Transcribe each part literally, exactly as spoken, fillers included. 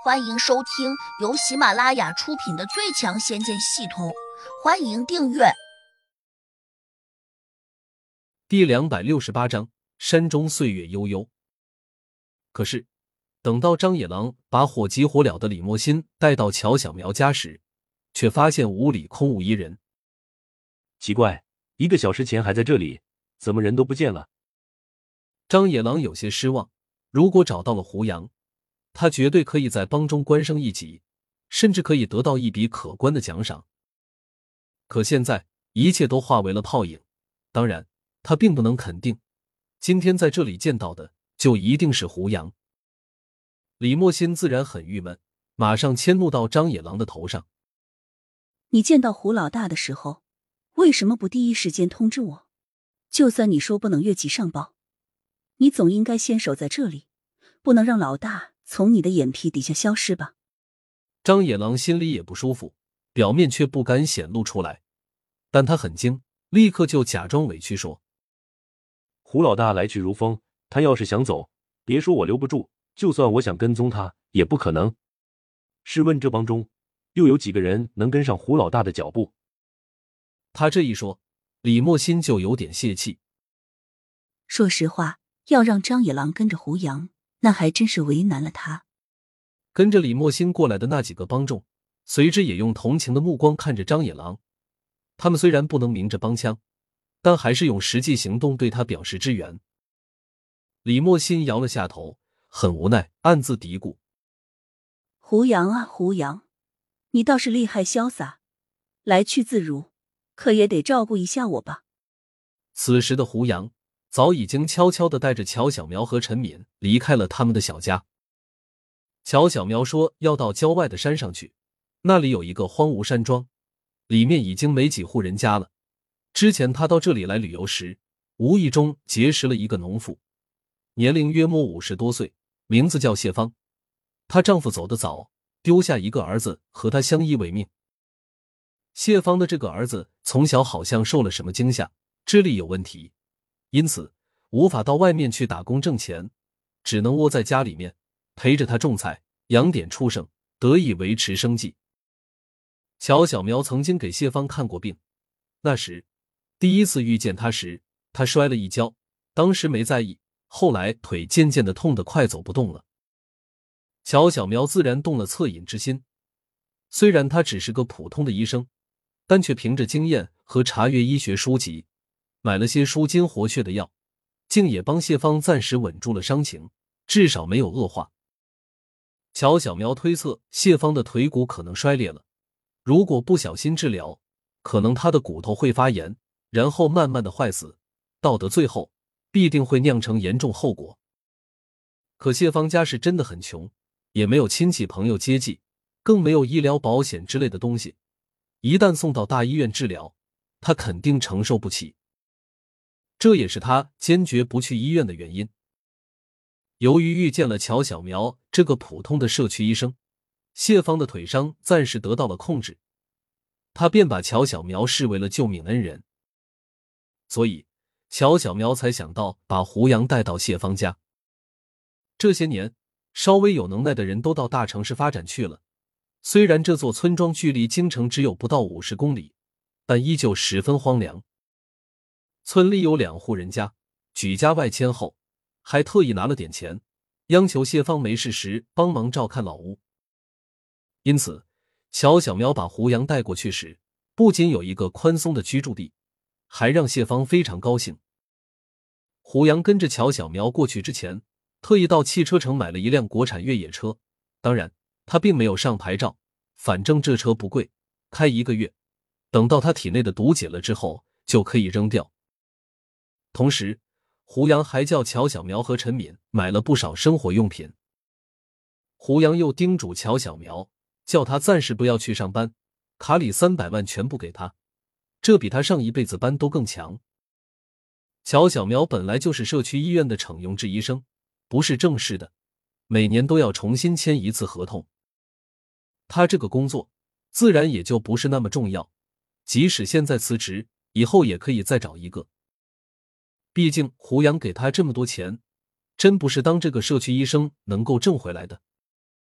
欢迎收听由喜马拉雅出品的《最强仙剑系统》，欢迎订阅。 第两百六十八章，山中岁月悠悠。可是，等到张野狼把火急火燎的李莫心带到乔小苗家时，却发现屋里空无一人。 奇怪，一个小时前还在这里，怎么人都不见了？ 张野狼有些失望，如果找到了胡杨，他绝对可以在帮中官升一级，甚至可以得到一笔可观的奖赏。可现在一切都化为了泡影，当然他并不能肯定今天在这里见到的就一定是胡杨。李莫心自然很郁闷，马上迁怒到张野狼的头上。 你见到胡老大的时候，为什么不第一时间通知我？就算你说不能越级上报，你总应该先守在这里，不能让老大从你的眼皮底下消失吧？ 张野狼心里也不舒服，表面却不敢显露出来，但他很惊，立刻就假装委屈说： 胡老大来去如风，他要是想走，别说我留不住，就算我想跟踪他也不可能。试问这帮中又有几个人能跟上胡老大的脚步？ 他这一说，李莫心就有点泄气。 说实话，要让张野狼跟着胡杨，那还真是为难了他。 跟着李莫心过来的那几个帮众，随之也用同情的目光看着张野狼。他们虽然不能明着帮腔，但还是用实际行动对他表示支援。李莫心摇了下头，很无奈，暗自嘀咕： 胡杨啊胡杨，你倒是厉害潇洒，来去自如，可也得照顾一下我吧。 此时的胡杨早已经悄悄地带着乔小苗和陈敏离开了他们的小家。乔小苗说要到郊外的山上去，那里有一个荒芜山庄，里面已经没几户人家了。之前他到这里来旅游时，无意中结识了一个农妇，年龄约莫五十多岁，名字叫谢芳。她丈夫走得早，丢下一个儿子和她相依为命。谢芳的这个儿子从小好像受了什么惊吓，智力有问题，因此无法到外面去打工挣钱，只能窝在家里面陪着他种菜，养点畜生，得以维持生计。乔小苗曾经给谢芳看过病，那时第一次遇见他时，他摔了一跤，当时没在意，后来腿渐渐的痛得快走不动了。乔小苗自然动了恻隐之心，虽然他只是个普通的医生，但却凭着经验和查阅医学书籍，买了些舒筋活血的药，竟也帮谢芳暂时稳住了伤情，至少没有恶化。乔小苗推测谢芳的腿骨可能摔裂了，如果不小心治疗，可能她的骨头会发炎，然后慢慢的坏死，到得最后必定会酿成严重后果。可谢芳家是真的很穷，也没有亲戚朋友接济，更没有医疗保险之类的东西，一旦送到大医院治疗，她肯定承受不起。这也是她坚决不去医院的原因。由于遇见了乔小苗这个普通的社区医生，谢芳的腿伤暂时得到了控制，他便把乔小苗视为了救命恩人，所以乔小苗才想到把胡杨带到谢芳家。这些年，稍微有能耐的人都到大城市发展去了，虽然这座村庄距离京城只有不到五十公里，但依旧十分荒凉。村里有两户人家举家外迁后，还特意拿了点钱，央求谢芳没事时帮忙照看老屋。因此乔小苗把胡杨带过去时，不仅有一个宽松的居住地，还让谢芳非常高兴。胡杨跟着乔小苗过去之前，特意到汽车城买了一辆国产越野车，当然他并没有上牌照，反正这车不贵，开一个月，等到他体内的毒解了之后就可以扔掉。同时胡杨还叫乔小苗和陈敏买了不少生活用品。胡杨又叮嘱乔小苗，叫他暂时不要去上班，卡里三百万全部给他，这比他上一辈子班都更强。乔小苗本来就是社区医院的惩用制医生，不是正式的，每年都要重新签一次合同。他这个工作自然也就不是那么重要，即使现在辞职，以后也可以再找一个。毕竟胡杨给他这么多钱，真不是当这个社区医生能够挣回来的。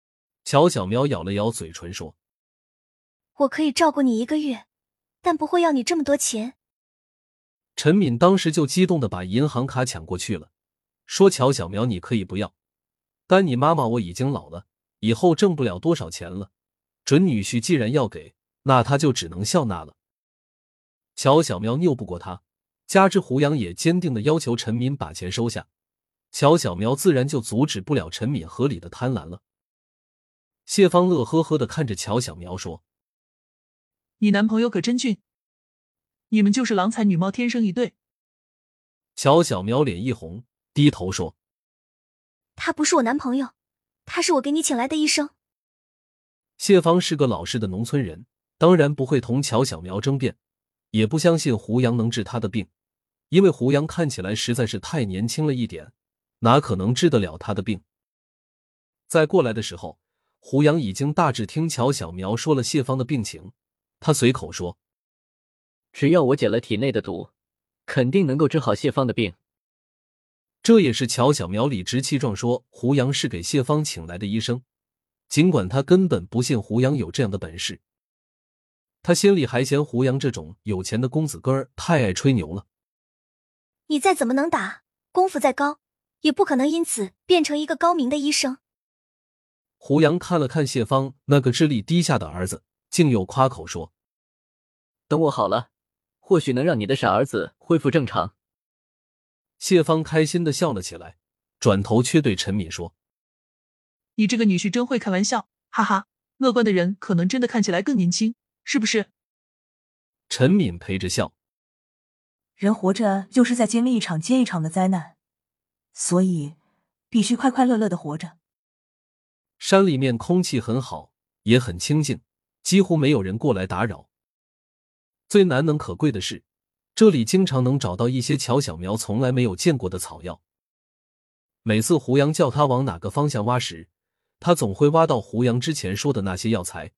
乔小苗咬了咬嘴唇说：“ 我可以照顾你一个月，但不会要你这么多钱。” 陈敏当时就激动地把银行卡抢过去了，说：“乔小苗，你可以不要，但你妈妈我已经老了，以后挣不了多少钱了，准女婿既然要给，那他就只能笑纳了。”乔小苗拗不过他，加之胡杨也坚定地要求陈敏把钱收下，乔小苗自然就阻止不了陈敏合理的贪婪了。谢芳乐呵呵地看着乔小苗说：“ 你男朋友可真俊，你们就是郎才女貌，天生一对。” 乔小苗脸一红，低头说：“ 他不是我男朋友，他是我给你请来的医生。” 谢芳是个老实的农村人，当然不会同乔小苗争辩，也不相信胡杨能治他的病，因为胡杨看起来实在是太年轻了一点，哪可能治得了他的病。在过来的时候，胡杨已经大致听乔小苗说了谢芳的病情，他随口说：“ 只要我解了体内的毒，肯定能够治好谢芳的病。” 这也是乔小苗理直气壮说胡杨是给谢芳请来的医生，尽管他根本不信胡杨有这样的本事。他心里还嫌胡杨这种有钱的公子哥儿太爱吹牛了。 你再怎么能打，功夫再高，也不可能因此变成一个高明的医生。 胡杨看了看谢芳那个智力低下的儿子，竟又夸口说：“ 等我好了，或许能让你的傻儿子恢复正常。” 谢芳开心地笑了起来，转头却对陈敏说：“ 你这个女婿真会开玩笑，哈哈，乐观的人可能真的看起来更年轻，是不是？” 陈敏陪着笑：“ 人活着就是在经历一场接一场的灾难，所以必须快快乐乐的活着。” 山里面空气很好，也很清静，几乎没有人过来打扰。最难能可贵的是，这里经常能找到一些乔小苗从来没有见过的草药。每次胡杨叫他往哪个方向挖时，他总会挖到胡杨之前说的那些药材。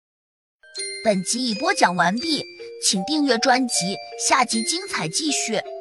本集已播讲完毕，请订阅专辑，下集精彩继续。